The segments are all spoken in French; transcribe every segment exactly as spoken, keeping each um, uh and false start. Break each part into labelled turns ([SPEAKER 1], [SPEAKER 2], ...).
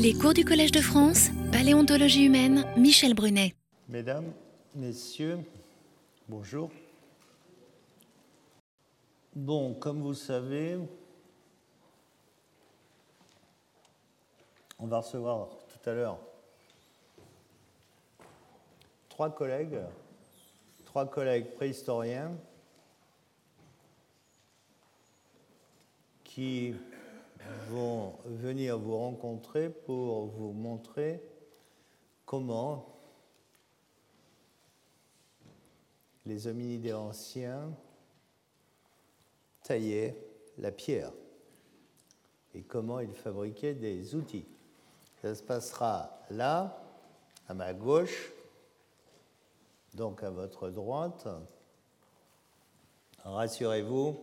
[SPEAKER 1] Les cours du Collège de France, Paléontologie humaine, Michel Brunet.
[SPEAKER 2] Mesdames, Messieurs, bonjour. Bon, comme vous savez, on va recevoir tout à l'heure trois collègues, trois collègues préhistoriens qui vont venir vous rencontrer pour vous montrer comment les hominidés anciens taillaient la pierre et comment ils fabriquaient des outils. Ça se passera là, à ma gauche, donc à votre droite. Rassurez-vous,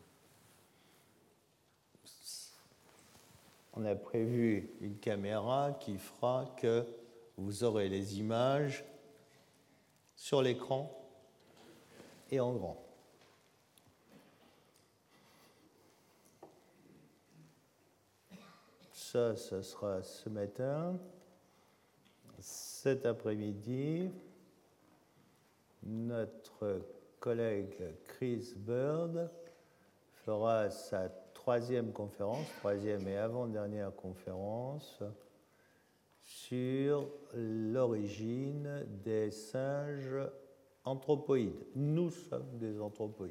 [SPEAKER 2] on a prévu une caméra qui fera que vous aurez les images sur l'écran et en grand. Ça, ce sera ce matin. Cet après-midi, notre collègue Chris Bird fera sa troisième conférence, troisième et avant-dernière conférence, sur l'origine des singes anthropoïdes. Nous sommes des anthropoïdes.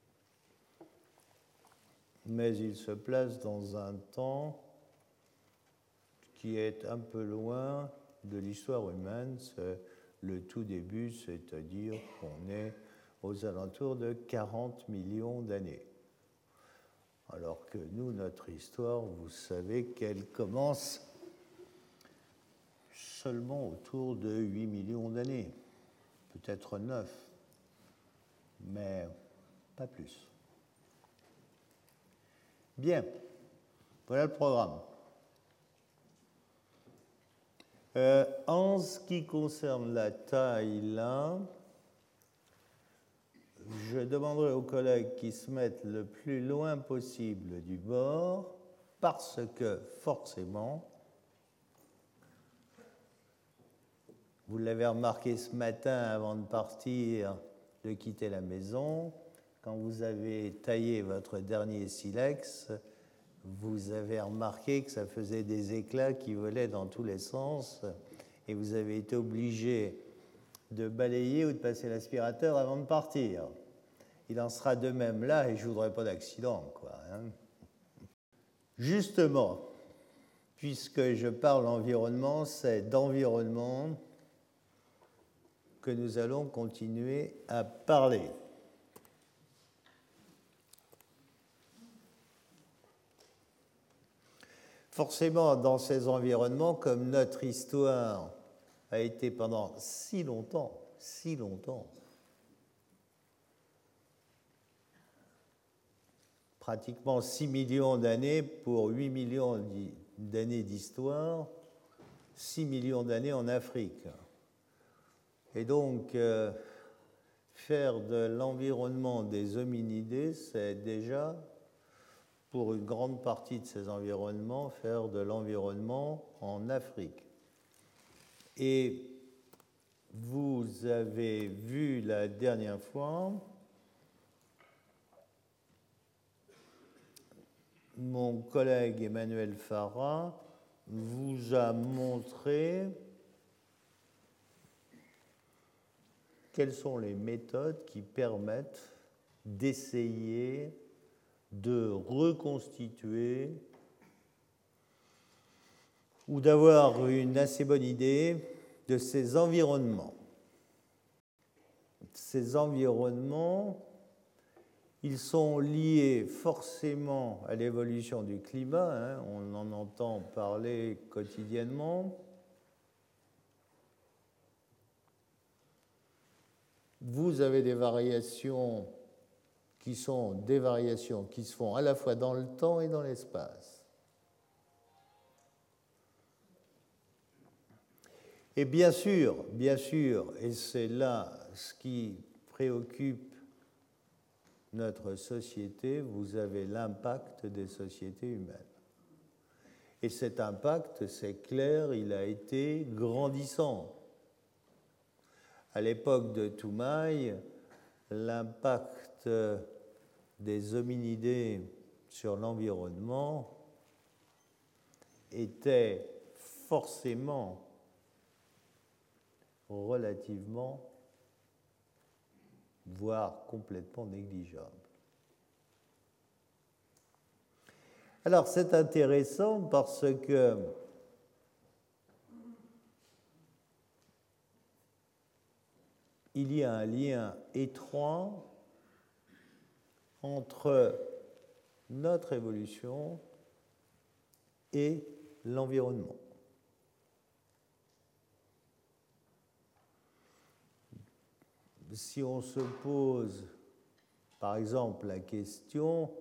[SPEAKER 2] Mais il se place dans un temps qui est un peu loin de l'histoire humaine. C'est le tout début, c'est-à-dire qu'on est aux alentours de quarante millions d'années. Alors que nous, notre histoire, vous savez qu'elle commence seulement autour de huit millions d'années, peut-être neuf, mais pas plus. Bien, voilà le programme. Euh, en ce qui concerne la taille, là, je demanderai aux collègues qui se mettent le plus loin possible du bord, parce que, forcément, vous l'avez remarqué ce matin avant de partir, de quitter la maison, quand vous avez taillé votre dernier silex, vous avez remarqué que ça faisait des éclats qui volaient dans tous les sens et vous avez été obligé de balayer ou de passer l'aspirateur avant de partir. Il en sera de même là et je ne voudrais pas d'accident, quoi, hein. Justement, puisque je parle d'environnement, c'est d'environnement que nous allons continuer à parler. Forcément, dans ces environnements, comme notre histoire a été pendant si longtemps, si longtemps, pratiquement six millions d'années pour huit millions d'années d'histoire, six millions d'années en Afrique. Et donc, euh, faire de l'environnement des hominidés, c'est déjà, pour une grande partie de ces environnements, faire de l'environnement en Afrique. Et vous avez vu la dernière fois, mon collègue Emmanuel Farah vous a montré quelles sont les méthodes qui permettent d'essayer de reconstituer ou d'avoir une assez bonne idée de ces environnements. Ces environnements, ils sont liés forcément à l'évolution du climat, hein, on en entend parler quotidiennement. Vous avez des variations qui sont des variations qui se font à la fois dans le temps et dans l'espace. Et bien sûr, bien sûr, et c'est là ce qui préoccupe notre société, vous avez l'impact des sociétés humaines. Et cet impact, c'est clair, il a été grandissant. À l'époque de Toumaï, l'impact des hominidés sur l'environnement était forcément relativement, voire complètement négligeable. Alors c'est intéressant parce que il y a un lien étroit entre notre évolution et l'environnement. Si on se pose, par exemple, la question,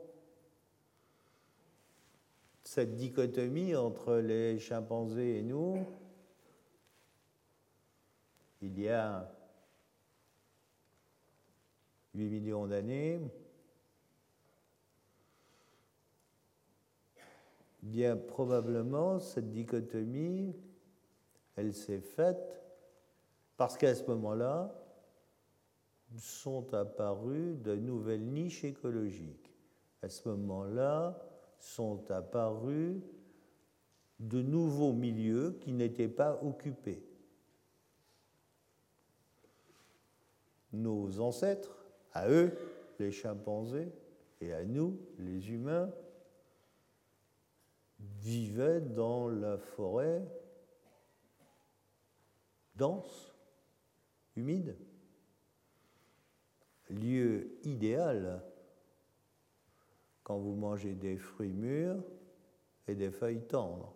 [SPEAKER 2] cette dichotomie entre les chimpanzés et nous, il y a huit millions d'années, bien probablement cette dichotomie, elle s'est faite parce qu'à ce moment-là, sont apparues de nouvelles niches écologiques. À ce moment-là, sont apparus de nouveaux milieux qui n'étaient pas occupés. Nos ancêtres, à eux, les chimpanzés, et à nous, les humains, vivaient dans la forêt dense, humide, lieu idéal quand vous mangez des fruits mûrs et des feuilles tendres.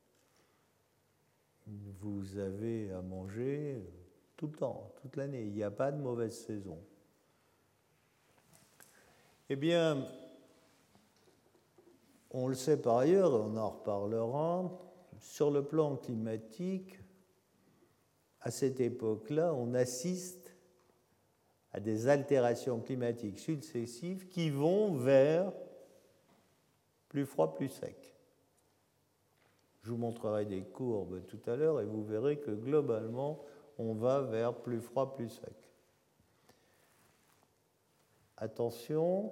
[SPEAKER 2] Vous avez à manger tout le temps, toute l'année. Il n'y a pas de mauvaise saison. Eh bien, on le sait par ailleurs, on en reparlera, sur le plan climatique, à cette époque-là, on assiste à des altérations climatiques successives qui vont vers plus froid, plus sec. Je vous montrerai des courbes tout à l'heure et vous verrez que globalement, on va vers plus froid, plus sec. Attention,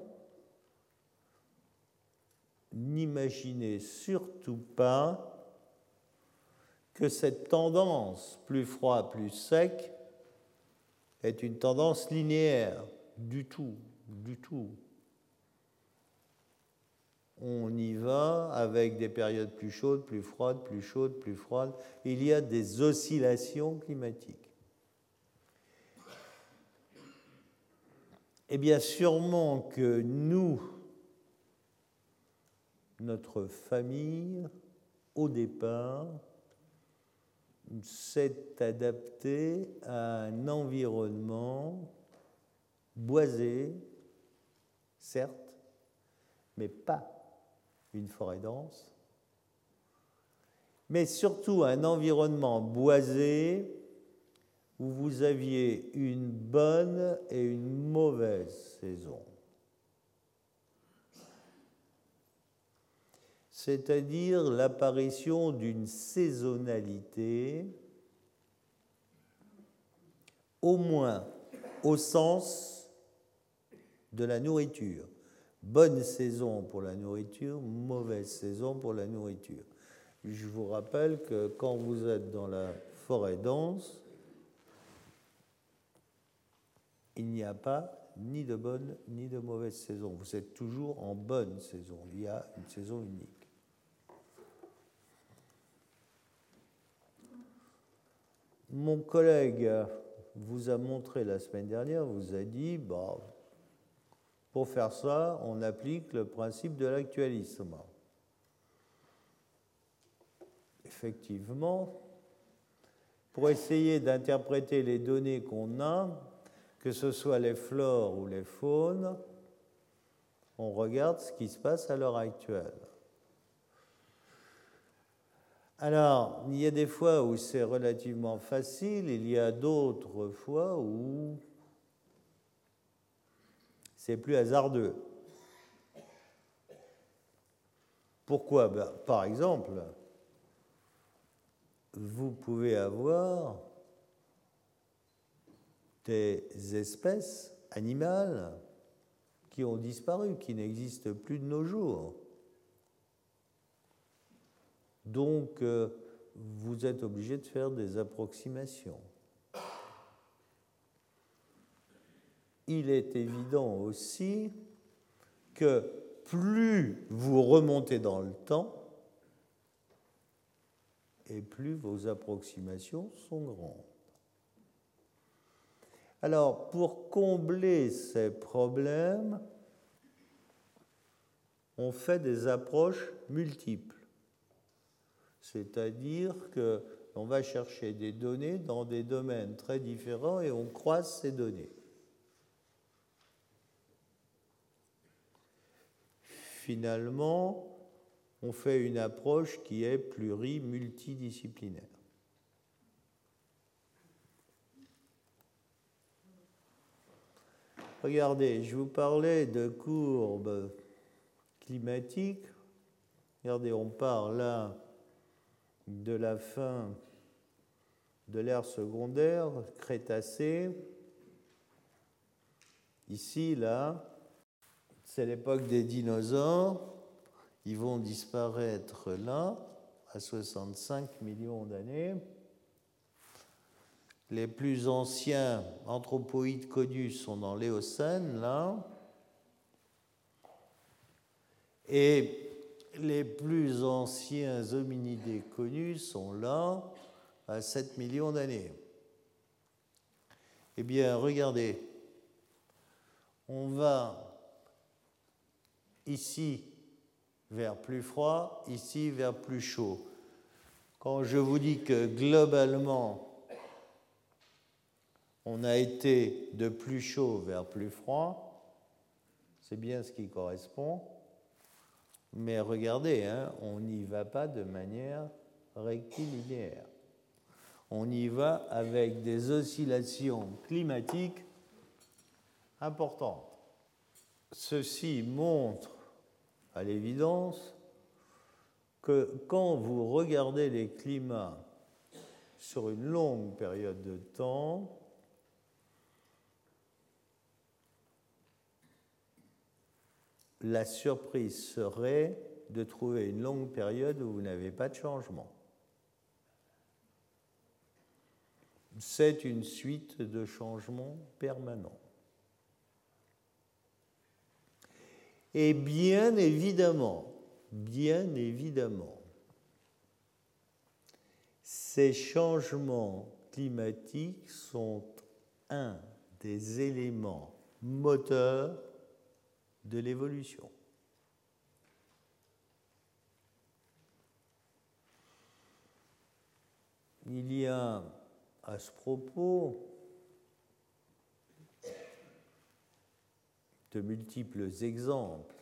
[SPEAKER 2] n'imaginez surtout pas que cette tendance plus froid, plus sec est une tendance linéaire, du tout, du tout. On y va avec des périodes plus chaudes, plus froides, plus chaudes, plus froides. Il y a des oscillations climatiques. Eh bien, sûrement que nous, notre famille, au départ, s'est adaptée à un environnement boisé, certes, mais pas une forêt dense, mais surtout un environnement boisé où vous aviez une bonne et une mauvaise saison. C'est-à-dire l'apparition d'une saisonnalité, au moins au sens de la nourriture. Bonne saison pour la nourriture, mauvaise saison pour la nourriture. Je vous rappelle que quand vous êtes dans la forêt dense, il n'y a pas ni de bonne ni de mauvaise saison. Vous êtes toujours en bonne saison. Il y a une saison unique. Mon collègue vous a montré la semaine dernière, vous a dit, bah, pour faire ça, on applique le principe de l'actualisme. Effectivement, pour essayer d'interpréter les données qu'on a, que ce soit les flores ou les faunes, on regarde ce qui se passe à l'heure actuelle. Alors, il y a des fois où c'est relativement facile, il y a d'autres fois où c'est plus hasardeux. Pourquoi? Ben, par exemple, vous pouvez avoir des espèces animales qui ont disparu, qui n'existent plus de nos jours. Donc, euh, vous êtes obligé de faire des approximations. Il est évident aussi que plus vous remontez dans le temps, et plus vos approximations sont grandes. Alors, pour combler ces problèmes, on fait des approches multiples. C'est-à-dire qu'on va chercher des données dans des domaines très différents et on croise ces données. Finalement, on fait une approche qui est pluri-multidisciplinaire. Regardez, je vous parlais de courbes climatiques. Regardez, on part là de la fin de l'ère secondaire, Crétacé. Ici, là, c'est l'époque des dinosaures. Ils vont disparaître là, à soixante-cinq millions d'années. Les plus anciens anthropoïdes connus sont dans l'Éocène, là. Et les plus anciens hominidés connus sont là, à sept millions d'années. Eh bien, regardez, on va ici vers plus froid, ici vers plus chaud. Quand je vous dis que globalement, on a été de plus chaud vers plus froid, c'est bien ce qui correspond. Mais regardez, hein, on n'y va pas de manière rectilinéaire. On y va avec des oscillations climatiques importantes. Ceci montre à l'évidence que quand vous regardez les climats sur une longue période de temps, la surprise serait de trouver une longue période où vous n'avez pas de changement. C'est une suite de changements permanents. Et bien évidemment, bien évidemment, ces changements climatiques sont un des éléments moteurs de l'évolution. Il y a à ce propos de multiples exemples.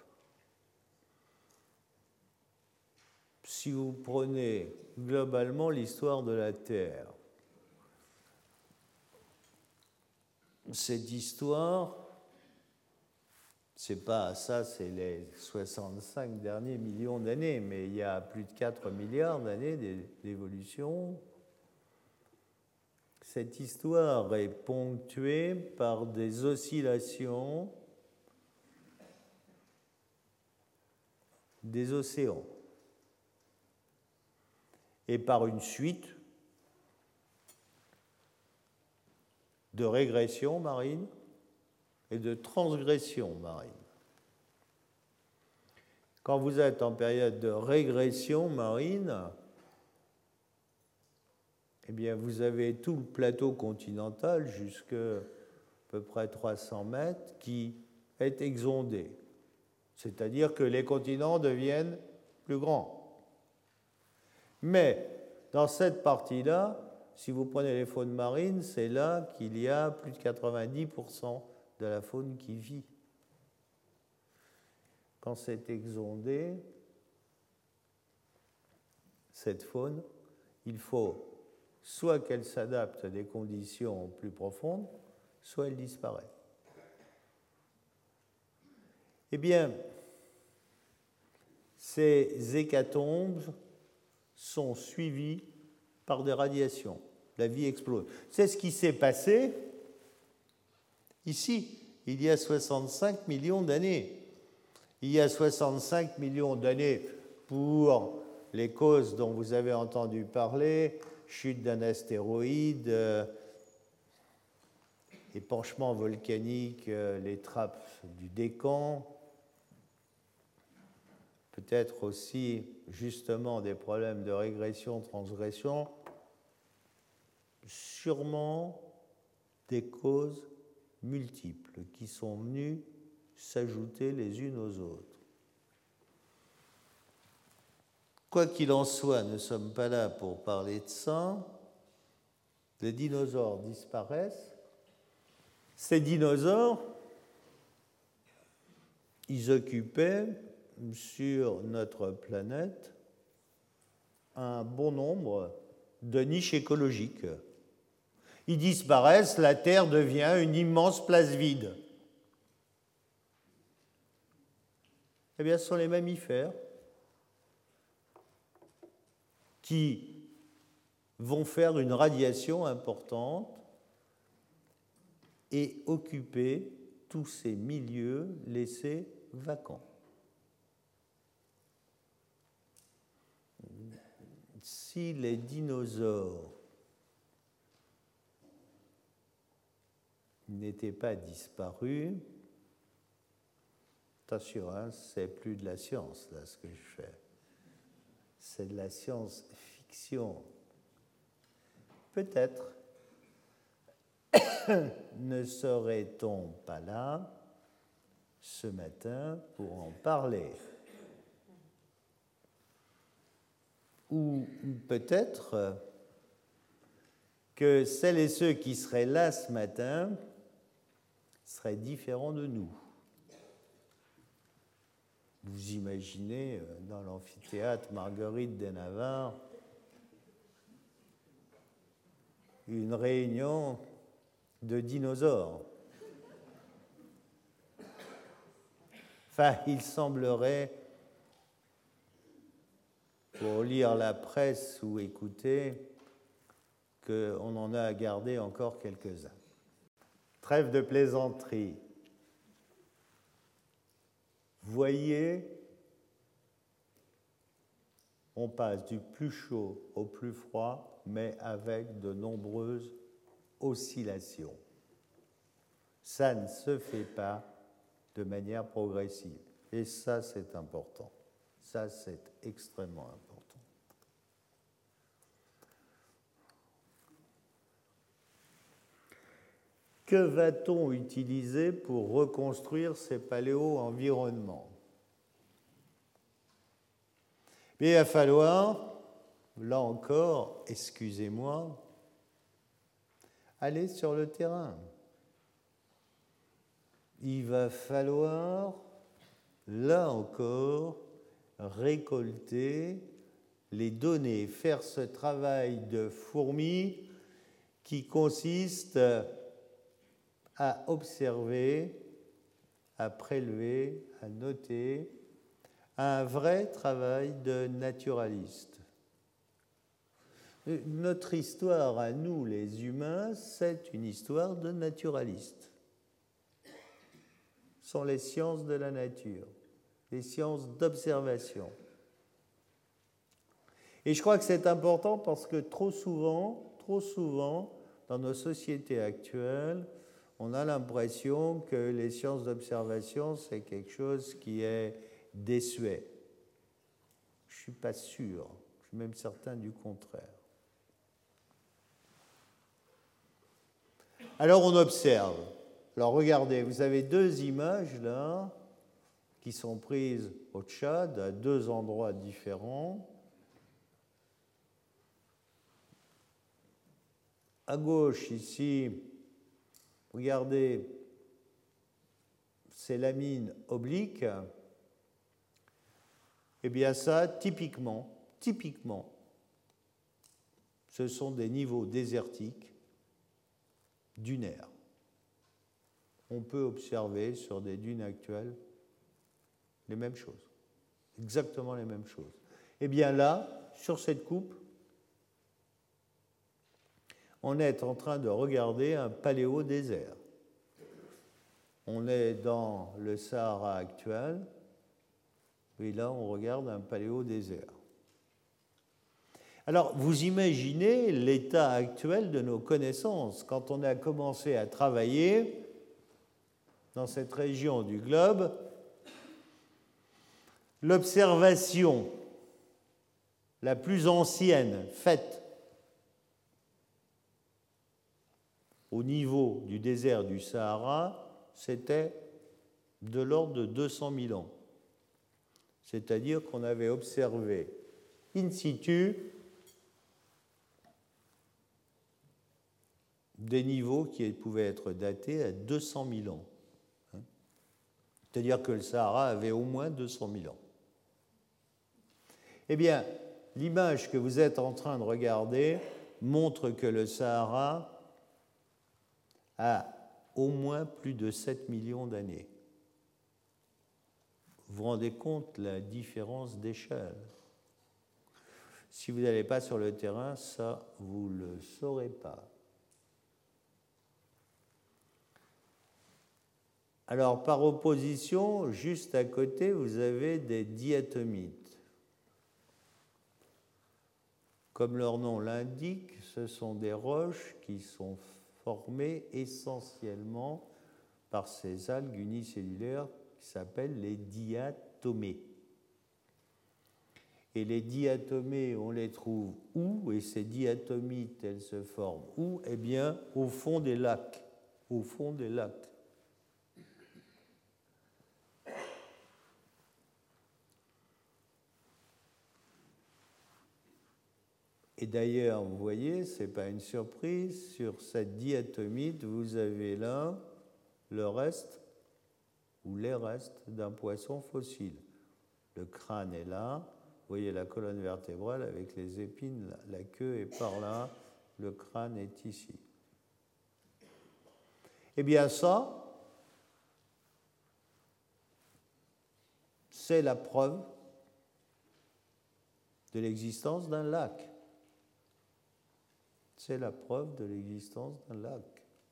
[SPEAKER 2] Si vous prenez globalement l'histoire de la Terre, cette histoire, c'est pas ça, c'est les soixante-cinq derniers millions d'années, mais il y a plus de quatre milliards d'années d'évolution. Cette histoire est ponctuée par des oscillations des océans et par une suite de régressions marines et de transgressions marines. Quand vous êtes en période de régression marine, eh bien, vous avez tout le plateau continental jusqu'à peu près trois cents mètres qui est exondé. C'est-à-dire que les continents deviennent plus grands. Mais dans cette partie-là, si vous prenez les faunes marines, c'est là qu'il y a plus de quatre-vingt-dix pour cent de la faune qui vit. Quand c'est exondé, cette faune, il faut soit qu'elle s'adapte à des conditions plus profondes, soit elle disparaît. Eh bien, ces hécatombes sont suivies par des radiations. La vie explose. C'est ce qui s'est passé ici, il y a soixante-cinq millions d'années. Il y a soixante-cinq millions d'années pour les causes dont vous avez entendu parler, chute d'un astéroïde, euh, épanchement volcanique, euh, les trappes du Décan, peut-être aussi justement des problèmes de régression, transgression, sûrement des causes multiples qui sont venues s'ajouter les unes aux autres. Quoi qu'il en soit, nous ne sommes pas là pour parler de ça. Les dinosaures disparaissent. Ces dinosaures, ils occupaient sur notre planète un bon nombre de niches écologiques. Ils disparaissent, la Terre devient une immense place vide. Eh bien, ce sont les mammifères qui vont faire une radiation importante et occuper tous ces milieux laissés vacants. Si les dinosaures n'étaient pas disparus, attention, hein, c'est plus de la science, là, ce que je fais. C'est de la science-fiction. Peut-être ne serait-on pas là ce matin pour en parler. Ou peut-être que celles et ceux qui seraient là ce matin seraient différents de nous. Vous imaginez, dans l'amphithéâtre Marguerite des Navarres, une réunion de dinosaures. Enfin, il semblerait, pour lire la presse ou écouter, qu'on en a à garder encore quelques-uns. Trêve de plaisanterie. Voyez, on passe du plus chaud au plus froid, mais avec de nombreuses oscillations. Ça ne se fait pas de manière progressive. Et ça, c'est important. Ça, c'est extrêmement important. Que va-t-on utiliser pour reconstruire ces paléo-environnements? Il va falloir, là encore, excusez-moi, aller sur le terrain. Il va falloir, là encore, récolter les données, faire ce travail de fourmi qui consiste à observer, à prélever, à noter, un vrai travail de naturaliste. Notre histoire à nous, les humains, c'est une histoire de naturaliste. Ce sont les sciences de la nature, les sciences d'observation. Et je crois que c'est important parce que trop souvent, trop souvent, dans nos sociétés actuelles, on a l'impression que les sciences d'observation, c'est quelque chose qui est désuet. Je ne suis pas sûr, je suis même certain du contraire. Alors on observe. Alors regardez, vous avez deux images là qui sont prises au Tchad, à deux endroits différents. À gauche, ici, regardez, ces lamines obliques. Eh bien ça, typiquement, typiquement, ce sont des niveaux désertiques dunaires. On peut observer sur des dunes actuelles les mêmes choses, exactement les mêmes choses. Eh bien là, sur cette coupe, on est en train de regarder un paléodésert. On est dans le Sahara actuel, et là, on regarde un paléodésert. Alors, vous imaginez l'état actuel de nos connaissances. Quand on a commencé à travailler dans cette région du globe, l'observation la plus ancienne faite au niveau du désert du Sahara, c'était de l'ordre de deux cent mille ans. C'est-à-dire qu'on avait observé in situ des niveaux qui pouvaient être datés à deux cent mille ans. C'est-à-dire que le Sahara avait au moins deux cent mille ans. Eh bien, l'image que vous êtes en train de regarder montre que le Sahara a au moins plus de sept millions d'années. Vous vous rendez compte la différence d'échelle? Si vous n'allez pas sur le terrain, ça, vous ne le saurez pas. Alors, par opposition, juste à côté, vous avez des diatomites. Comme leur nom l'indique, ce sont des roches qui sont formées essentiellement par ces algues unicellulaires qui s'appellent les diatomées. Et les diatomées, on les trouve où? Et ces diatomites, elles se forment où? Eh bien, au fond des lacs. Au fond des lacs. Et d'ailleurs, vous voyez, ce n'est pas une surprise, sur cette diatomite, vous avez là le reste ou les restes d'un poisson fossile. Le crâne est là, vous voyez la colonne vertébrale avec les épines, la queue est par là, le crâne est ici. Eh bien ça, c'est la preuve de l'existence d'un lac. C'est la preuve de l'existence d'un lac.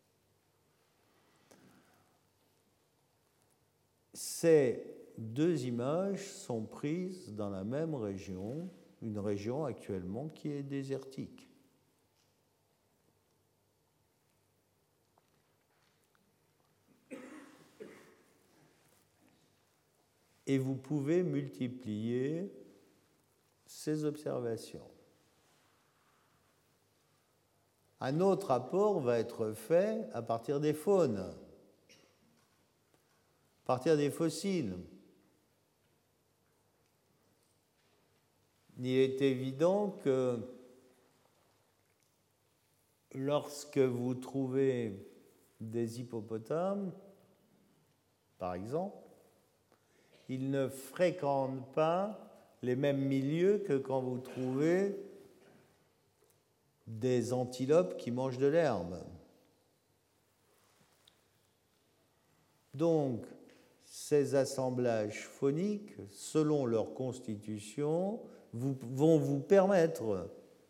[SPEAKER 2] Ces deux images sont prises dans la même région, une région actuellement qui est désertique. Et vous pouvez multiplier ces observations. Un autre rapport va être fait à partir des faunes, à partir des fossiles. Il est évident que lorsque vous trouvez des hippopotames, par exemple, ils ne fréquentent pas les mêmes milieux que quand vous trouvez des antilopes qui mangent de l'herbe. Donc, ces assemblages fauniques, selon leur constitution, vous, vont vous permettre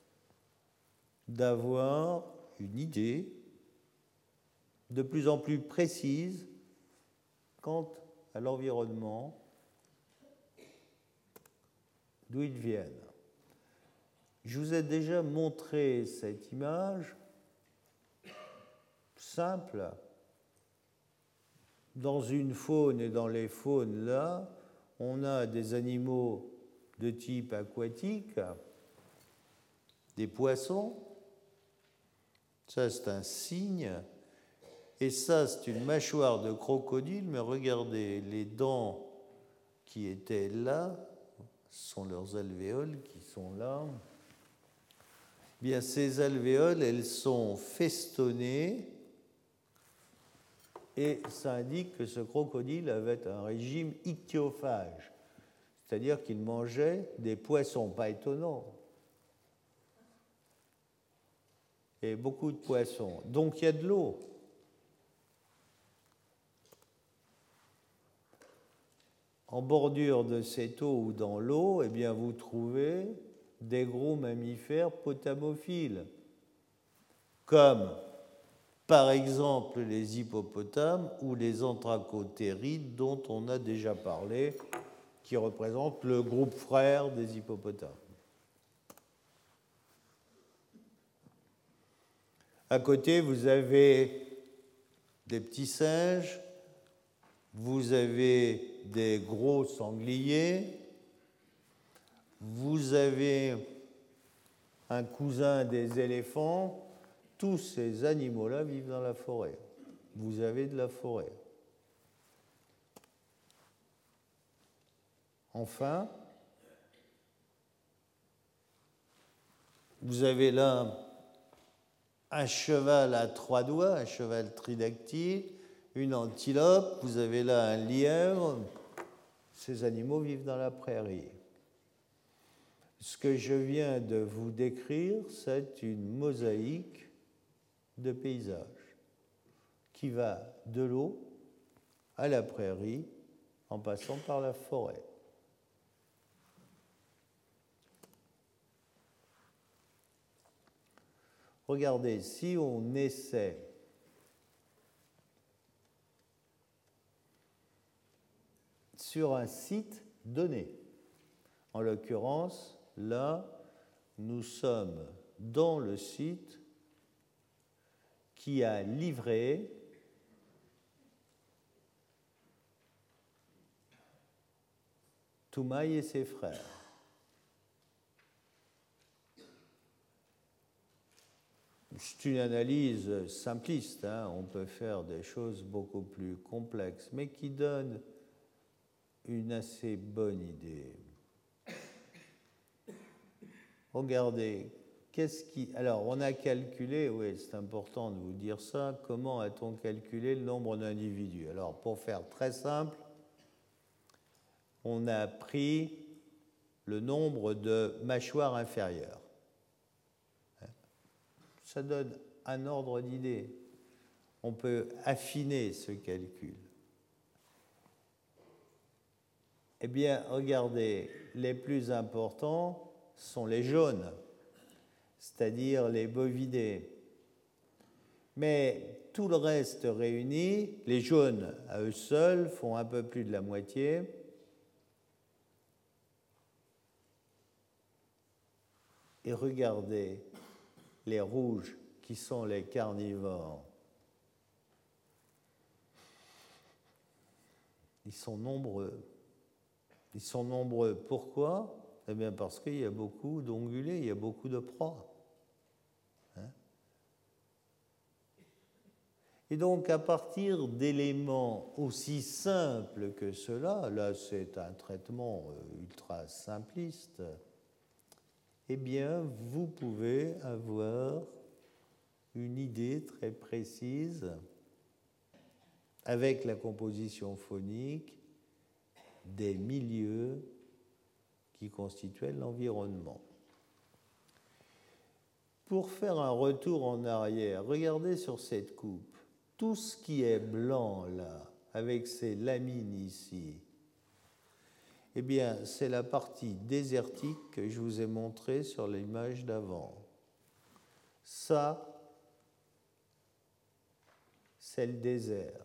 [SPEAKER 2] d'avoir une idée de plus en plus précise quant à l'environnement d'où ils viennent. Je vous ai déjà montré cette image simple. Dans une faune et dans les faunes là, on a des animaux de type aquatique, des poissons, ça c'est un cygne, et ça c'est une mâchoire de crocodile, mais regardez, les dents qui étaient là, ce sont leurs alvéoles qui sont là. Bien, ces alvéoles, elles sont festonnées et ça indique que ce crocodile avait un régime ichthyophage, c'est-à-dire qu'il mangeait des poissons, pas étonnant, et beaucoup de poissons. Donc il y a de l'eau. En bordure de cette eau ou dans l'eau, eh bien, vous trouvez des gros mammifères potamophiles, comme par exemple les hippopotames ou les anthracotérides dont on a déjà parlé, qui représentent le groupe frère des hippopotames. À côté, vous avez des petits singes, vous avez des gros sangliers, vous avez un cousin des éléphants. Tous ces animaux-là vivent dans la forêt. Vous avez de la forêt. Enfin, vous avez là un cheval à trois doigts, un cheval tridactyle, une antilope, vous avez là un lièvre. Ces animaux vivent dans la prairie. Ce que je viens de vous décrire, c'est une mosaïque de paysages qui va de l'eau à la prairie en passant par la forêt. Regardez, si on essaie sur un site donné, en l'occurrence, là, nous sommes dans le site qui a livré Toumaï et ses frères. C'est une analyse simpliste, hein, on peut faire des choses beaucoup plus complexes, mais qui donne une assez bonne idée. Regardez, qu'est-ce qui... Alors, on a calculé, oui, c'est important de vous dire ça, comment a-t-on calculé le nombre d'individus? Alors, pour faire très simple, on a pris le nombre de mâchoires inférieures. Ça donne un ordre d'idée. On peut affiner ce calcul. Eh bien, regardez, les plus importants sont les jaunes, c'est-à-dire les bovidés. Mais tout le reste réuni, les jaunes à eux seuls font un peu plus de la moitié. Et regardez les rouges qui sont les carnivores. Ils sont nombreux. Ils sont nombreux. Pourquoi? Eh bien parce qu'il y a beaucoup d'ongulés, il y a beaucoup de proies. Hein? Et donc, à partir d'éléments aussi simples que cela, là c'est un traitement ultra simpliste, eh bien, vous pouvez avoir une idée très précise avec la composition phonique des milieux qui constituaient l'environnement. Pour faire un retour en arrière, regardez sur cette coupe. Tout ce qui est blanc là, avec ces lamines ici, eh bien, c'est la partie désertique que je vous ai montrée sur l'image d'avant. Ça, c'est le désert.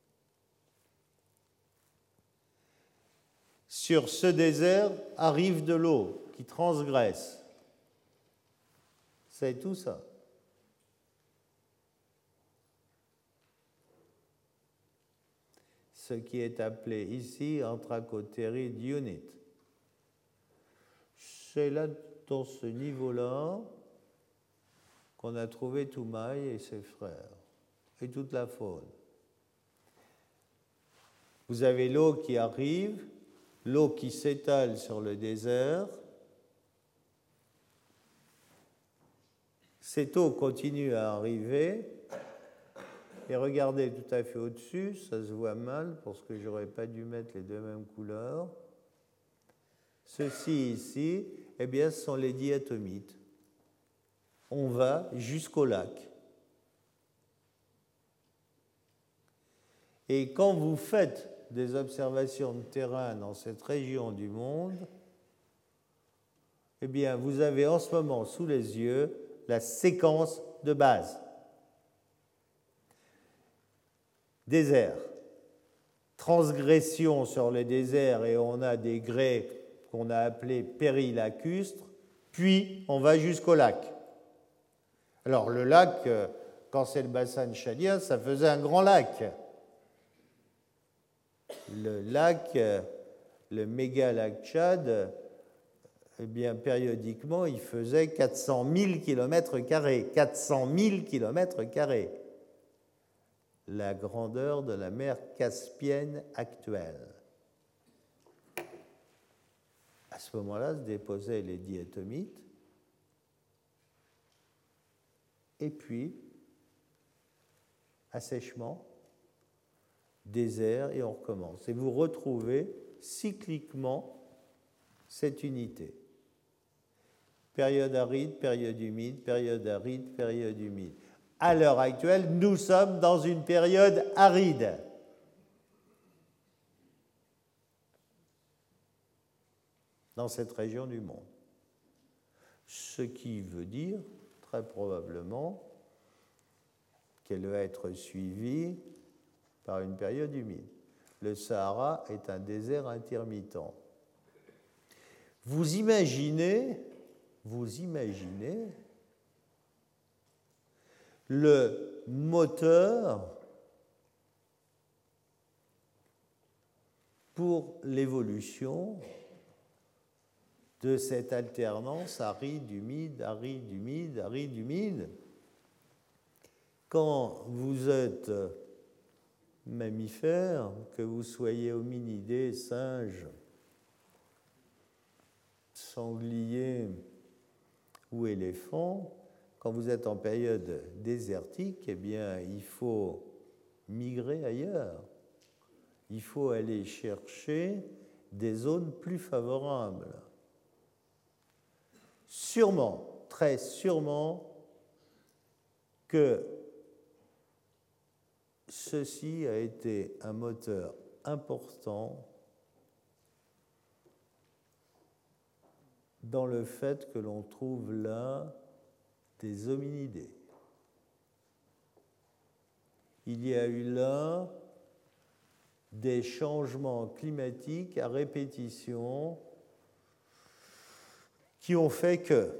[SPEAKER 2] Sur ce désert arrive de l'eau qui transgresse. C'est tout ça. Ce qui est appelé ici Anthracothérid unit. C'est là, dans ce niveau-là, qu'on a trouvé Toumaï et ses frères, et toute la faune. Vous avez l'eau qui arrive, l'eau qui s'étale sur le désert. Cette eau continue à arriver. Et regardez tout à fait au-dessus, ça se voit mal parce que j'aurais pas dû mettre les deux mêmes couleurs. Ceci ici, eh bien, ce sont les diatomites. On va jusqu'au lac. Et quand vous faites des observations de terrain dans cette région du monde, eh bien, vous avez en ce moment sous les yeux la séquence de base. Désert. Transgression sur les déserts et on a des grès qu'on a appelés périlacustres, puis on va jusqu'au lac. Alors le lac, quand c'est le bassin tchadien, ça faisait un grand lac. Le lac, le méga lac Tchad, eh bien périodiquement, il faisait quatre cent mille kilomètres carrés. quatre cent mille kilomètres carrés. La grandeur de la mer Caspienne actuelle. À ce moment-là se déposaient les diatomites, et puis assèchement, désert, et on recommence. Et vous retrouvez cycliquement cette unité. Période aride, période humide, période aride, période humide. À l'heure actuelle, nous sommes dans une période aride. Dans cette région du monde. Ce qui veut dire, très probablement, qu'elle va être suivie par une période humide. Le Sahara est un désert intermittent. Vous imaginez, vous imaginez le moteur pour l'évolution de cette alternance aride-humide, aride-humide, aride-humide. Quand vous êtes mammifère, que vous soyez hominidés, singes, sangliers ou éléphants, quand vous êtes en période désertique, eh bien, il faut migrer ailleurs. Il faut aller chercher des zones plus favorables. Sûrement, très sûrement, que ceci a été un moteur important dans le fait que l'on trouve là des hominidés. Il y a eu là des changements climatiques à répétition qui ont fait que.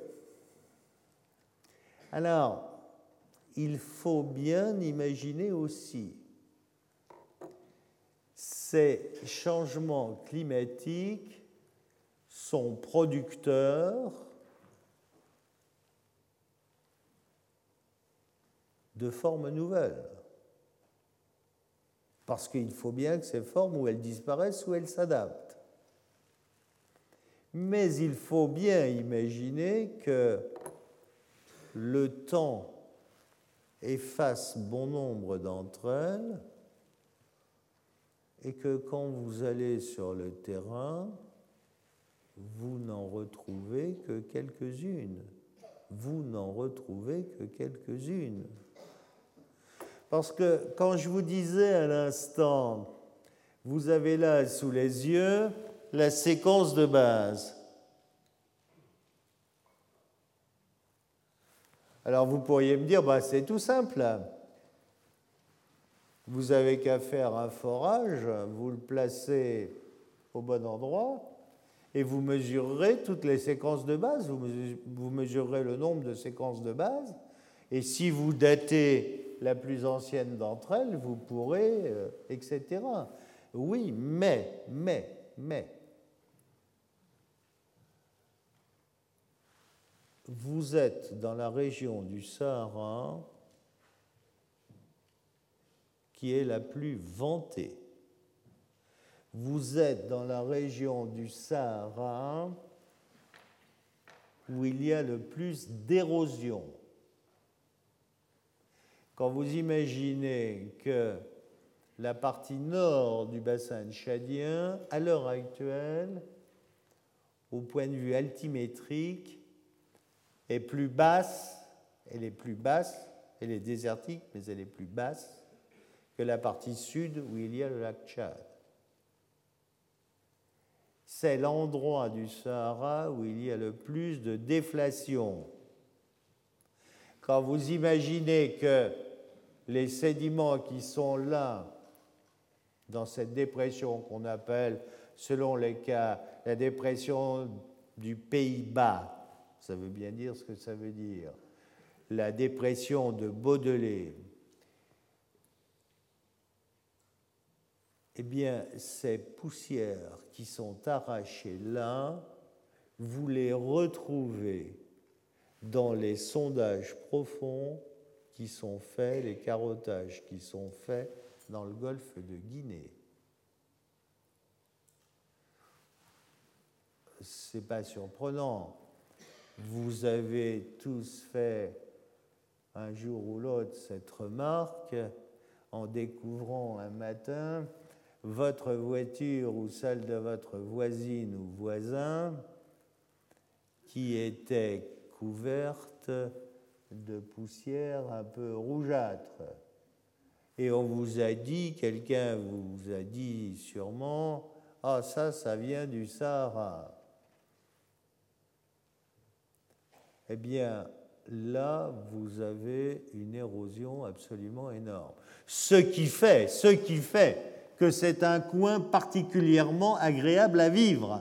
[SPEAKER 2] Alors, il faut bien imaginer aussi ces changements climatiques sont producteurs de formes nouvelles. Parce qu'il faut bien que ces formes, ou elles disparaissent, ou elles s'adaptent. Mais il faut bien imaginer que le temps efface bon nombre d'entre elles et que quand vous allez sur le terrain, vous n'en retrouvez que quelques-unes. Vous n'en retrouvez que quelques-unes. Parce que quand je vous disais à l'instant, vous avez là sous les yeux la séquence de base. Alors vous pourriez me dire, bah, c'est tout simple. Vous avez qu'à faire un forage, vous le placez au bon endroit et vous mesurerez toutes les séquences de base, vous mesurerez le nombre de séquences de base et si vous datez la plus ancienne d'entre elles, vous pourrez, euh, et cetera. Oui, mais, mais, mais, vous êtes dans la région du Sahara qui est la plus ventée. Vous êtes dans la région du Sahara où il y a le plus d'érosion. Quand vous imaginez que la partie nord du bassin tchadien, à l'heure actuelle, au point de vue altimétrique, est plus basse, elle est plus basse, elle est désertique, mais elle est plus basse que la partie sud où il y a le lac Tchad. C'est l'endroit du Sahara où il y a le plus de déflation. Quand vous imaginez que les sédiments qui sont là dans cette dépression qu'on appelle, selon les cas, la dépression du Pays-Bas. Ça veut bien dire ce que ça veut dire. La dépression de Beaudelet. Eh bien, ces poussières qui sont arrachées là, vous les retrouvez dans les sondages profonds qui sont faits, les carottages qui sont faits dans le golfe de Guinée. C'est pas surprenant. Vous avez tous fait un jour ou l'autre cette remarque en découvrant un matin votre voiture ou celle de votre voisine ou voisin qui était couverte de poussière un peu rougeâtre. Et on vous a dit, quelqu'un vous a dit sûrement, « Ah, ça, ça vient du Sahara. » Eh bien, là, vous avez une érosion absolument énorme. Ce qui fait, ce qui fait que c'est un coin particulièrement agréable à vivre.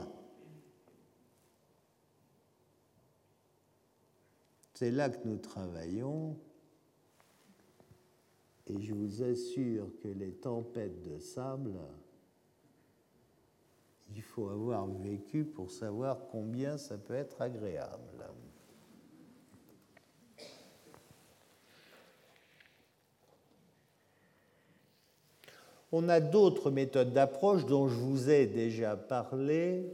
[SPEAKER 2] C'est là que nous travaillons. Et je vous assure que les tempêtes de sable, il faut avoir vécu pour savoir combien ça peut être agréable. On a d'autres méthodes d'approche dont je vous ai déjà parlé,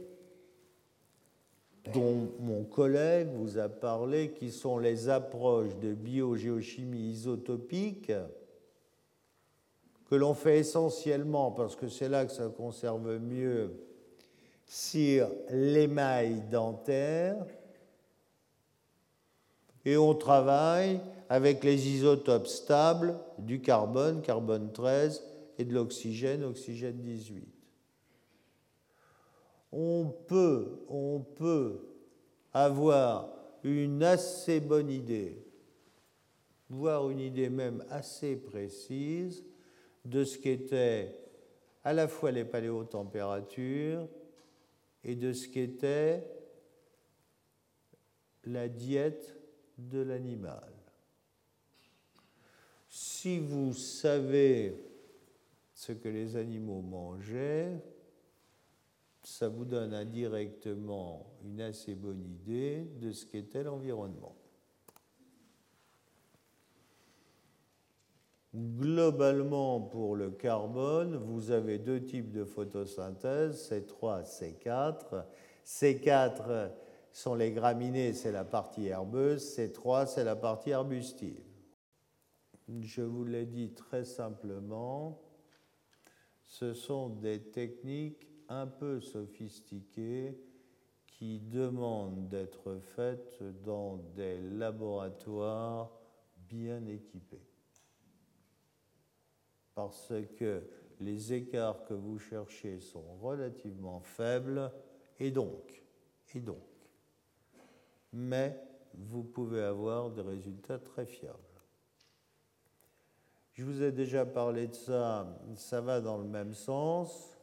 [SPEAKER 2] dont mon collègue vous a parlé, qui sont les approches de biogéochimie isotopique, que l'on fait essentiellement, parce que c'est là que ça conserve mieux, sur l'émail dentaire, et on travaille avec les isotopes stables du carbone, carbone treize, et de l'oxygène, oxygène dix-huit. On peut, on peut avoir une assez bonne idée, voire une idée même assez précise, de ce qu'étaient à la fois les paléotempératures et de ce qu'était la diète de l'animal. Si vous savez ce que les animaux mangeaient, ça vous donne indirectement une assez bonne idée de ce qu'était l'environnement. Globalement, pour le carbone, vous avez deux types de photosynthèse, C trois, C quatre. C quatre sont les graminées, c'est la partie herbeuse, C trois, c'est la partie arbustive. Je vous l'ai dit très simplement, ce sont des techniques un peu sophistiquées qui demandent d'être faites dans des laboratoires bien équipés. Parce que les écarts que vous cherchez sont relativement faibles, et donc, et donc, mais vous pouvez avoir des résultats très fiables. Je vous ai déjà parlé de ça, ça va dans le même sens.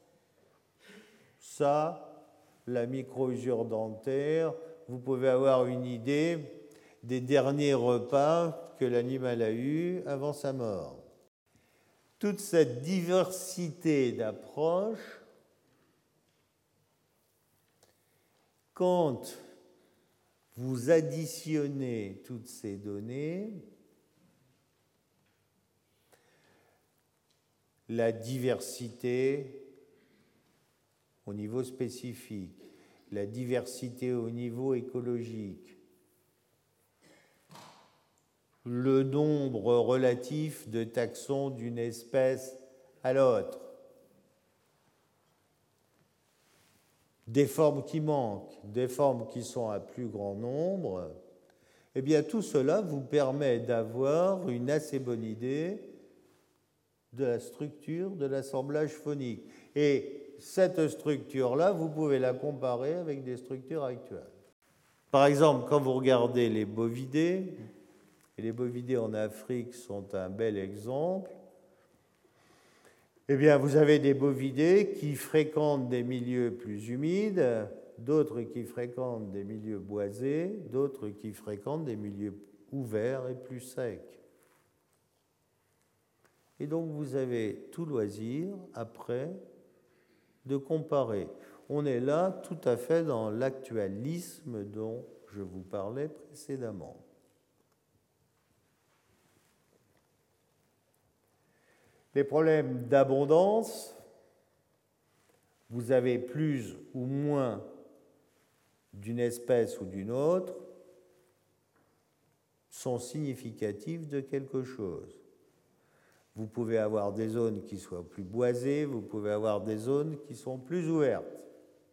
[SPEAKER 2] Ça, la micro-usure dentaire, vous pouvez avoir une idée des derniers repas que l'animal a eus avant sa mort. Toute cette diversité d'approches, quand vous additionnez toutes ces données, la diversité au niveau spécifique, la diversité au niveau écologique, le nombre relatif de taxons d'une espèce à l'autre, des formes qui manquent, des formes qui sont à plus grand nombre, eh bien tout cela vous permet d'avoir une assez bonne idée de la structure de l'assemblage phonique. Et cette structure-là, vous pouvez la comparer avec des structures actuelles. Par exemple, quand vous regardez les bovidés, et les bovidés en Afrique sont un bel exemple, Eh bien, vous avez des bovidés qui fréquentent des milieux plus humides, d'autres qui fréquentent des milieux boisés, d'autres qui fréquentent des milieux ouverts et plus secs. Et donc, vous avez tout loisir, après, de comparer. On est là tout à fait dans l'actualisme dont je vous parlais précédemment. Les problèmes d'abondance, vous avez plus ou moins d'une espèce ou d'une autre, sont significatifs de quelque chose. Vous pouvez avoir des zones qui soient plus boisées, vous pouvez avoir des zones qui sont plus ouvertes.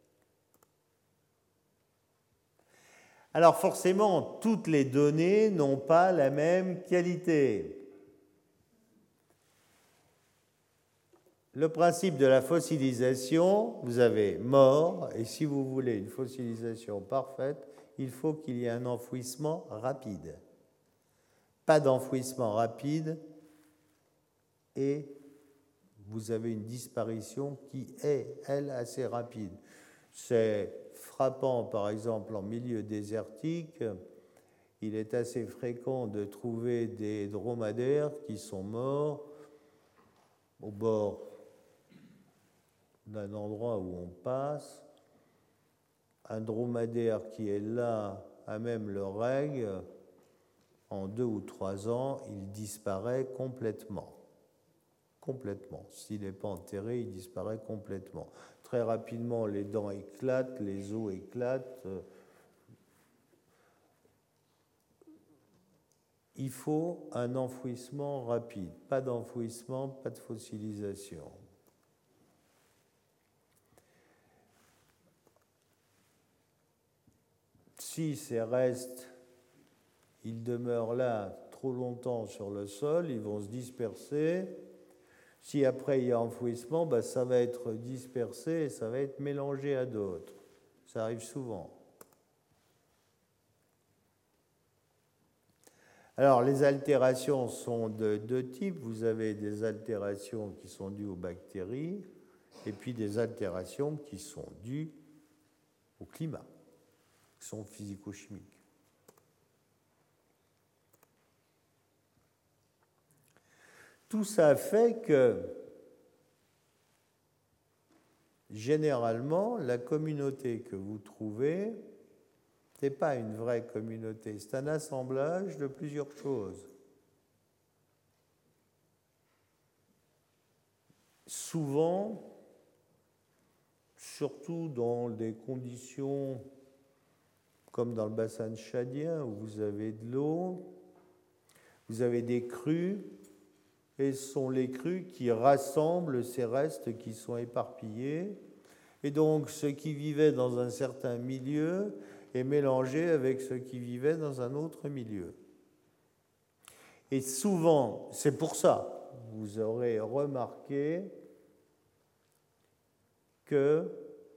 [SPEAKER 2] Alors forcément, toutes les données n'ont pas la même qualité. Le principe de la fossilisation, vous avez mort, et si vous voulez une fossilisation parfaite, il faut qu'il y ait un enfouissement rapide. Pas d'enfouissement rapide, et vous avez une disparition qui est, elle, assez rapide. C'est frappant, par exemple, en milieu désertique, il est assez fréquent de trouver des dromadaires qui sont morts au bord d'un endroit où on passe. Un dromadaire qui est là à même le règne, en deux ou trois ans, il disparaît complètement. Complètement. S'il n'est pas enterré, il disparaît complètement. Très rapidement, les dents éclatent, les os éclatent. Il faut un enfouissement rapide. Pas d'enfouissement, pas de fossilisation. Si ces restes, ils demeurent là trop longtemps sur le sol, ils vont se disperser. Si après il y a enfouissement, ben ça va être dispersé et ça va être mélangé à d'autres. Ça arrive souvent. Alors, les altérations sont de deux types. Vous avez des altérations qui sont dues aux bactéries et puis des altérations qui sont dues au climat, qui sont physico-chimiques. Tout ça fait que, généralement, la communauté que vous trouvez n'est pas une vraie communauté, c'est un assemblage de plusieurs choses. Souvent, surtout dans des conditions comme dans le bassin tchadien où vous avez de l'eau, vous avez des crues, et ce sont les crues qui rassemblent ces restes qui sont éparpillés. Et donc, ce qui vivait dans un certain milieu est mélangé avec ce qui vivait dans un autre milieu. Et souvent, c'est pour ça, vous aurez remarqué que,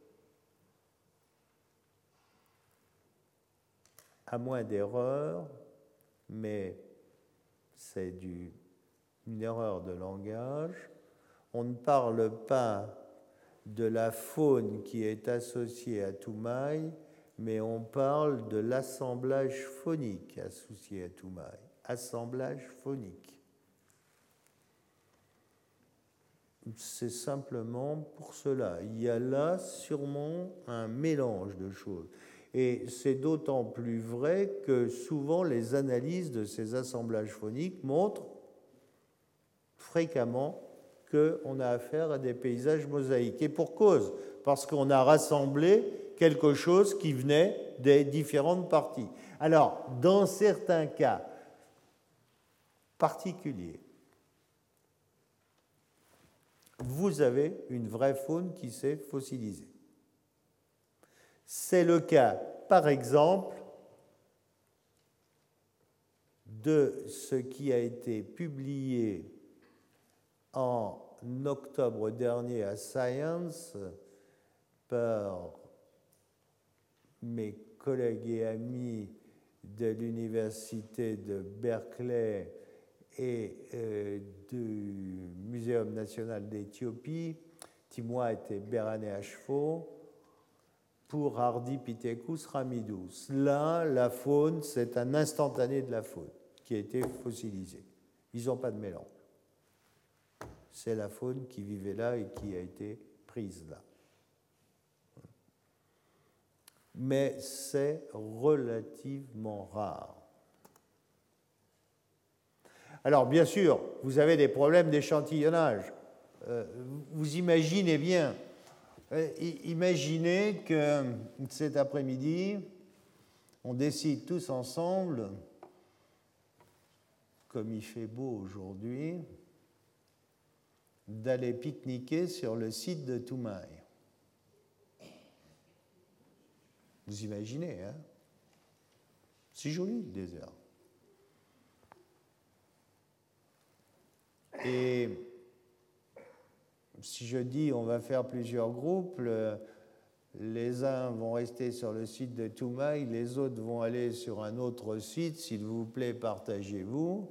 [SPEAKER 2] à moins d'erreur, mais c'est du une erreur de langage, on ne parle pas de la faune qui est associée à Toumaï, mais on parle de l'assemblage phonique associé à Toumaï. Assemblage phonique. C'est simplement pour cela. Il y a là sûrement un mélange de choses. Et c'est d'autant plus vrai que souvent les analyses de ces assemblages phoniques montrent fréquemment qu'on a affaire à des paysages mosaïques. Et pour cause, parce qu'on a rassemblé quelque chose qui venait des différentes parties. Alors, dans certains cas particuliers, vous avez une vraie faune qui s'est fossilisée. C'est le cas, par exemple, de ce qui a été publié en octobre dernier à Science par mes collègues et amis de l'université de Berkeley et euh, du Muséum national d'Éthiopie, Timoit et Bérané à chevaux, pour Ardipithecus ramidus. Là, la faune, c'est un instantané de la faune qui a été fossilisé. Ils n'ont pas de mélange. C'est la faune qui vivait là et qui a été prise là. Mais c'est relativement rare. Alors, bien sûr, vous avez des problèmes d'échantillonnage. Euh, vous imaginez bien, euh, imaginez que cet après-midi, on décide tous ensemble, comme il fait beau aujourd'hui, d'aller pique-niquer sur le site de Toumaï. Vous imaginez, hein? C'est joli le désert. Et si je dis on va faire plusieurs groupes, le, les uns vont rester sur le site de Toumaï, les autres vont aller sur un autre site, s'il vous plaît, partagez-vous.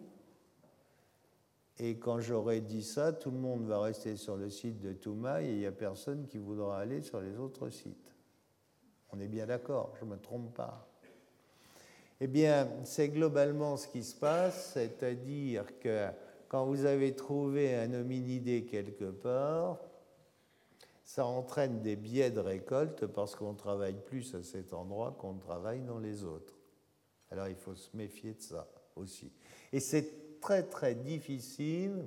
[SPEAKER 2] Et quand j'aurai dit ça, tout le monde va rester sur le site de Toumaï et il n'y a personne qui voudra aller sur les autres sites. On est bien d'accord, je ne me trompe pas. Eh bien, c'est globalement ce qui se passe, c'est-à-dire que quand vous avez trouvé un hominidé quelque part, ça entraîne des biais de récolte parce qu'on travaille plus à cet endroit qu'on travaille dans les autres. Alors il faut se méfier de ça aussi. Et c'est très très difficile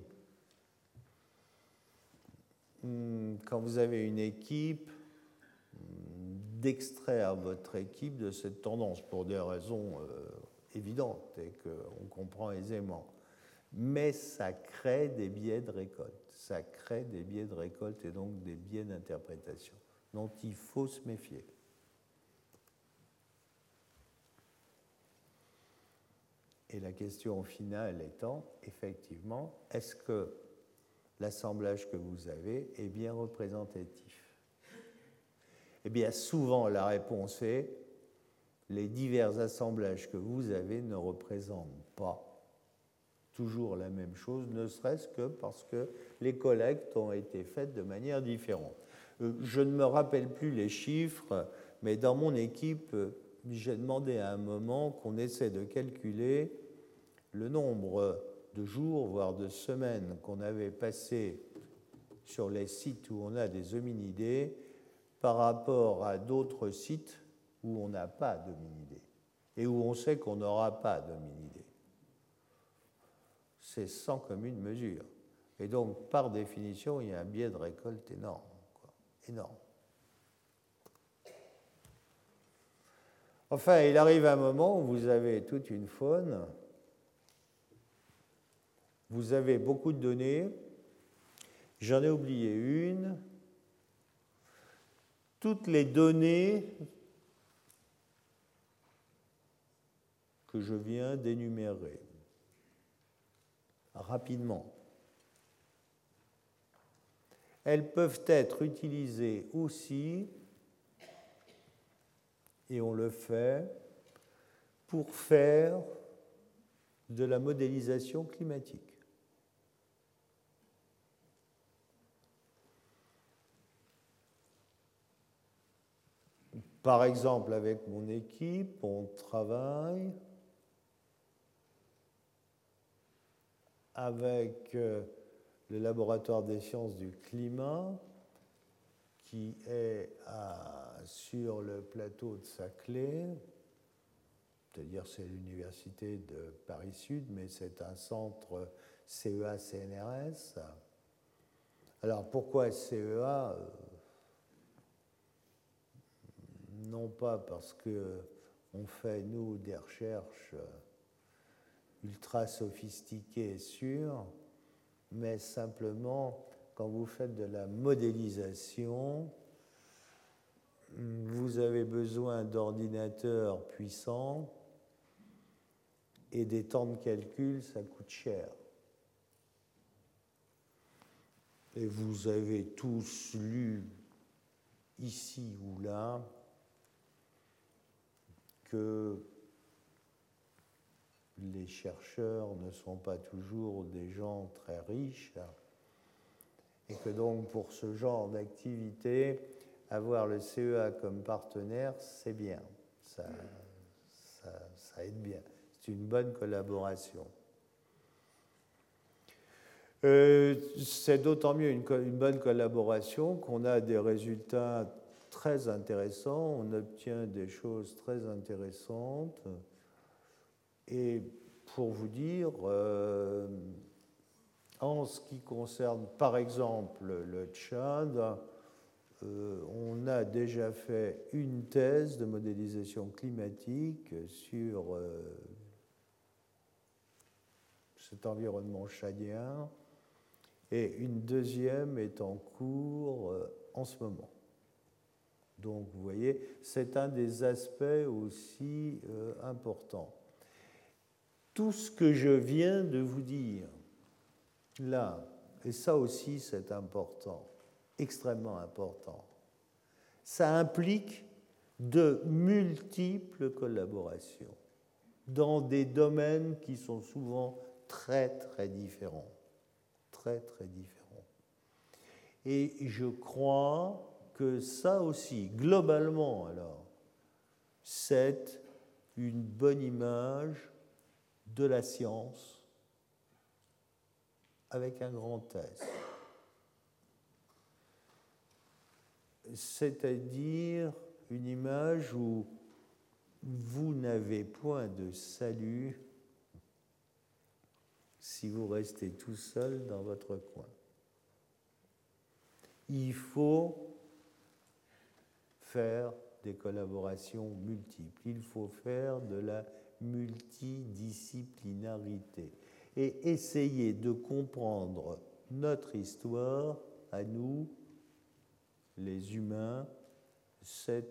[SPEAKER 2] quand vous avez une équipe d'extraire votre équipe de cette tendance pour des raisons euh, évidentes et qu'on comprend aisément. Mais ça crée des biais de récolte. Ça crée des biais de récolte et donc des biais d'interprétation dont il faut se méfier. Et la question finale étant, effectivement, est-ce que l'assemblage que vous avez est bien représentatif ? Eh bien, souvent, la réponse est les divers assemblages que vous avez ne représentent pas toujours la même chose, ne serait-ce que parce que les collectes ont été faites de manière différente. Je ne me rappelle plus les chiffres, mais dans mon équipe, j'ai demandé à un moment qu'on essaie de calculer le nombre de jours, voire de semaines qu'on avait passé sur les sites où on a des hominidés par rapport à d'autres sites où on n'a pas d'hominidés et où on sait qu'on n'aura pas d'hominidés. C'est sans commune mesure. Et donc, par définition, il y a un biais de récolte énorme, quoi. Énorme. Enfin, il arrive un moment où vous avez toute une faune, vous avez beaucoup de données, j'en ai oublié une, toutes les données que je viens d'énumérer rapidement. Elles peuvent être utilisées aussi, et on le fait, pour faire de la modélisation climatique. Par exemple, avec mon équipe, on travaille avec le laboratoire des sciences du climat qui est à, sur le plateau de Saclay, c'est-à-dire c'est l'université de Paris-Sud, mais c'est un centre C E A C N R S. Alors pourquoi C E A ? Non pas parce qu'on fait, nous, des recherches ultra sophistiquées et sûres, mais simplement, quand vous faites de la modélisation, vous avez besoin d'ordinateurs puissants et des temps de calcul, ça coûte cher. Et vous avez tous lu, ici ou là, que les chercheurs ne sont pas toujours des gens très riches, et que donc pour ce genre d'activité, avoir le C E A comme partenaire, c'est bien, ça, ça, ça aide bien, c'est une bonne collaboration. Euh, c'est d'autant mieux une, une bonne collaboration qu'on a des résultats très intéressants, on obtient des choses très intéressantes. Et pour vous dire, euh, en ce qui concerne par exemple le Tchad, euh, on a déjà fait une thèse de modélisation climatique sur euh, cet environnement tchadien, et une deuxième est en cours euh, en ce moment. Donc vous voyez, c'est un des aspects aussi euh, importants. Tout ce que je viens de vous dire, là, et ça aussi c'est important, extrêmement important, ça implique de multiples collaborations dans des domaines qui sont souvent très très différents, très très différents. Et je crois que ça aussi, globalement alors, c'est une bonne image de la science avec un grand S. C'est-à-dire une image où vous n'avez point de salut si vous restez tout seul dans votre coin. Il faut faire des collaborations multiples. Il faut faire de la multidisciplinarité et essayer de comprendre notre histoire à nous, les humains, c'est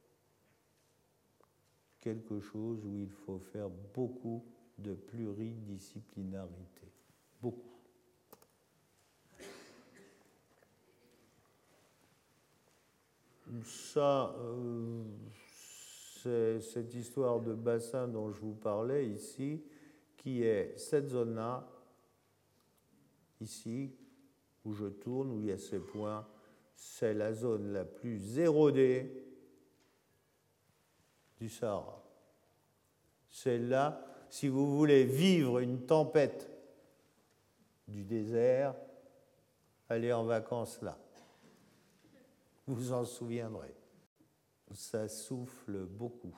[SPEAKER 2] quelque chose où il faut faire beaucoup de pluridisciplinarité. Beaucoup. Ça, euh, c'est cette histoire de bassin dont je vous parlais ici, qui est cette zone-là, ici, où je tourne, où il y a ces points, c'est la zone la plus érodée du Sahara. C'est là, si vous voulez vivre une tempête du désert, allez en vacances là. Vous vous en souviendrez. Ça souffle beaucoup.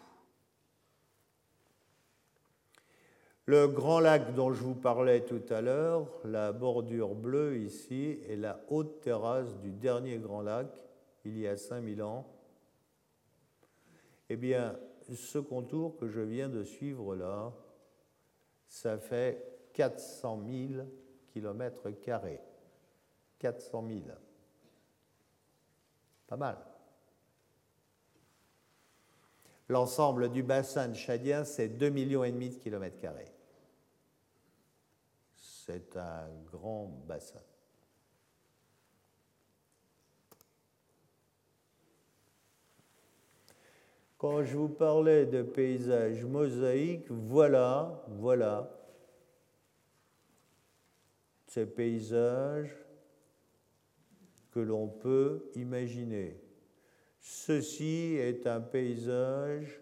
[SPEAKER 2] Le grand lac dont je vous parlais tout à l'heure, la bordure bleue ici, est la haute terrasse du dernier grand lac, il y a cinq mille ans. Eh bien, ce contour que je viens de suivre là, ça fait quatre cent mille kilomètres carrés. quatre cent mille. Pas mal. L'ensemble du bassin tchadien, c'est deux millions et demi de kilomètres carrés. C'est un grand bassin. Quand je vous parlais de paysages mosaïques, voilà, voilà ces paysages que l'on peut imaginer. Ceci est un paysage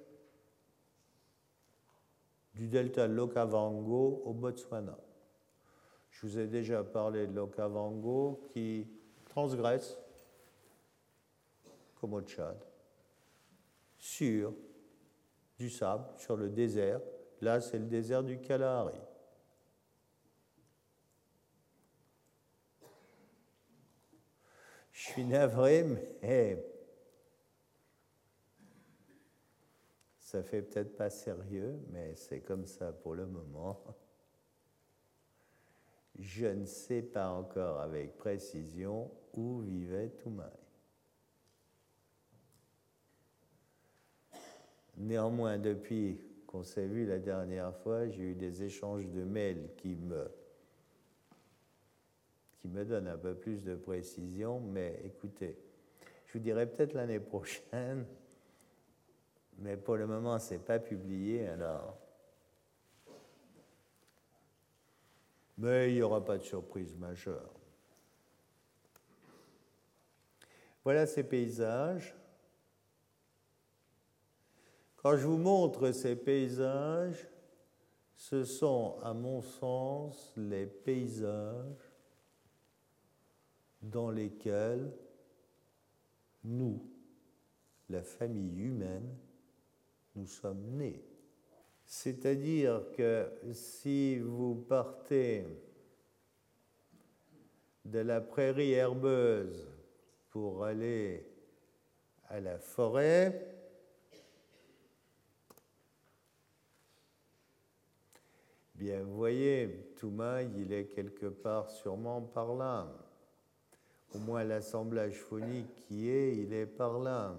[SPEAKER 2] du delta de l'Okavango au Botswana. Je vous ai déjà parlé de l'Okavango qui transgresse, comme au Tchad, sur du sable, sur le désert. Là, c'est le désert du Kalahari. Je suis navré, mais ça fait peut-être pas sérieux, mais c'est comme ça pour le moment. Je ne sais pas encore avec précision où vivait Toumaï. Néanmoins, depuis qu'on s'est vu la dernière fois, j'ai eu des échanges de mails qui me, qui me donnent un peu plus de précision, mais écoutez, je vous dirai peut-être l'année prochaine, mais pour le moment, ce n'est pas publié, alors Mais il n'y aura pas de surprise majeure. Voilà ces paysages. Quand je vous montre ces paysages, ce sont, à mon sens, les paysages dans lesquels nous, la famille humaine, nous sommes nés. C'est-à-dire que si vous partez de la prairie herbeuse pour aller à la forêt, bien, vous voyez, Toumaï, il est quelque part sûrement par là. Au moins l'assemblage phonique qui est, il est par là.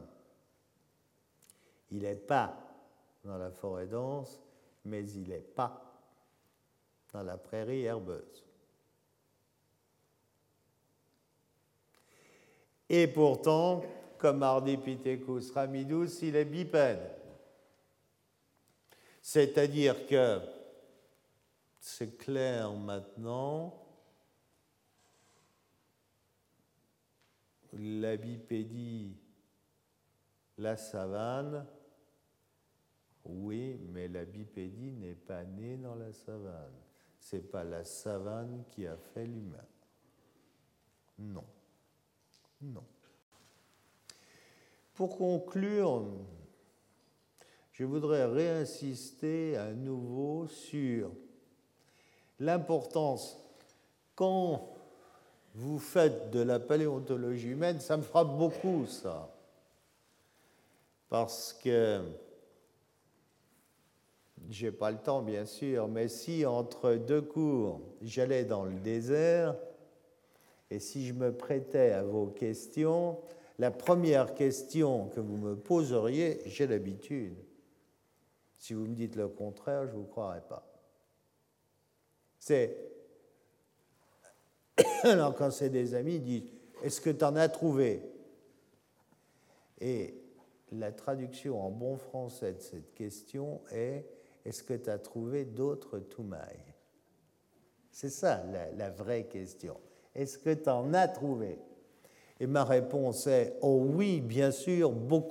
[SPEAKER 2] Il n'est pas dans la forêt dense, mais il n'est pas dans la prairie herbeuse. Et pourtant, comme Ardipithecus ramidus, il est bipède. C'est-à-dire que c'est clair maintenant, la bipédie, la savane, oui, mais la bipédie n'est pas née dans la savane. Ce n'est pas la savane qui a fait l'humain. Non. Non. Pour conclure, je voudrais réinsister à nouveau sur l'importance, quand vous faites de la paléontologie humaine, ça me frappe beaucoup, ça. Parce que, je n'ai pas le temps, bien sûr, mais si entre deux cours, j'allais dans le désert, et si je me prêtais à vos questions, la première question que vous me poseriez, j'ai l'habitude. Si vous me dites le contraire, je ne vous croirai pas. C'est... Alors, quand c'est des amis, ils disent « Est-ce que tu en as trouvé ?» Et la traduction en bon français de cette question est « Est-ce que tu as trouvé d'autres Toumaï ?» C'est ça la, la vraie question. Est-ce que tu en as trouvé? Et ma réponse est « Oh oui, bien sûr, beaucoup !»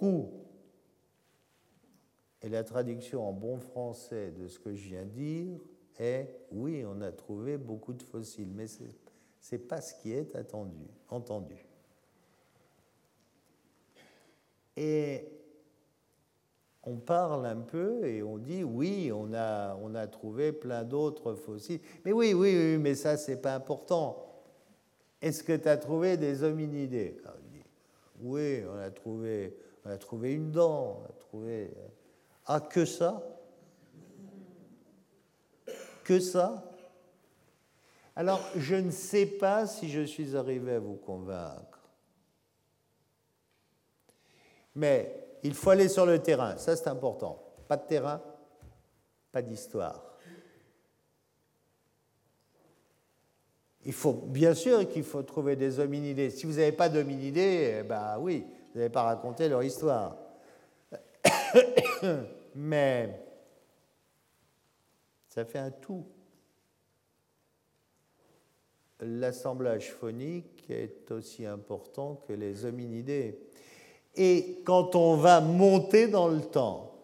[SPEAKER 2] Et la traduction en bon français de ce que je viens de dire est « Oui, on a trouvé beaucoup de fossiles, mais ce n'est pas ce qui est attendu, entendu. » Et on parle un peu et on dit « Oui, on a, on a trouvé plein d'autres fossiles. » Mais oui, oui, oui, mais ça, ce n'est pas important. Est-ce que tu as trouvé des hominidés? Alors, il dit, oui, on a trouvé, on a trouvé une dent, on a trouvé... Ah, que ça? Que ça? Alors, je ne sais pas si je suis arrivé à vous convaincre. Mais il faut aller sur le terrain, ça c'est important. Pas de terrain, pas d'histoire. Il faut, bien sûr qu'il faut trouver des hominidés. Si vous n'avez pas d'hominidés, eh ben oui, vous n'allez pas raconter leur histoire. Mais ça fait un tout. L'assemblage phonique est aussi important que les hominidés. Et quand on va monter dans le temps,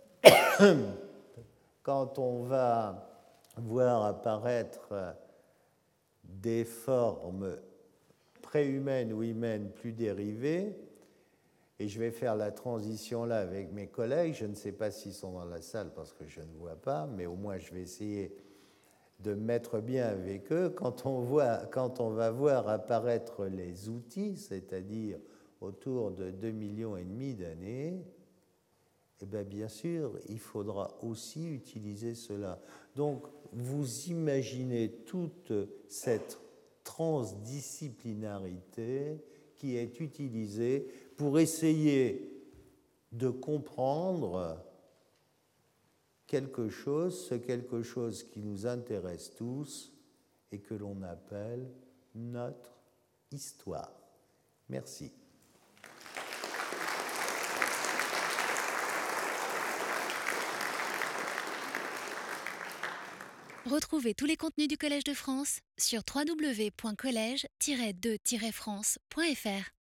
[SPEAKER 2] quand on va voir apparaître des formes préhumaines ou humaines plus dérivées, et je vais faire la transition là avec mes collègues, je ne sais pas s'ils sont dans la salle parce que je ne vois pas, mais au moins je vais essayer de me mettre bien avec eux. Quand on, voit, quand on va voir apparaître les outils, c'est-à-dire autour de deux millions et demi d'années, eh bien, bien sûr, il faudra aussi utiliser cela. Donc, vous imaginez toute cette transdisciplinarité qui est utilisée pour essayer de comprendre quelque chose, ce quelque chose qui nous intéresse tous et que l'on appelle notre histoire. Merci.
[SPEAKER 1] Retrouvez tous les contenus du Collège de France sur w w w point collège tiret de tiret france point f r.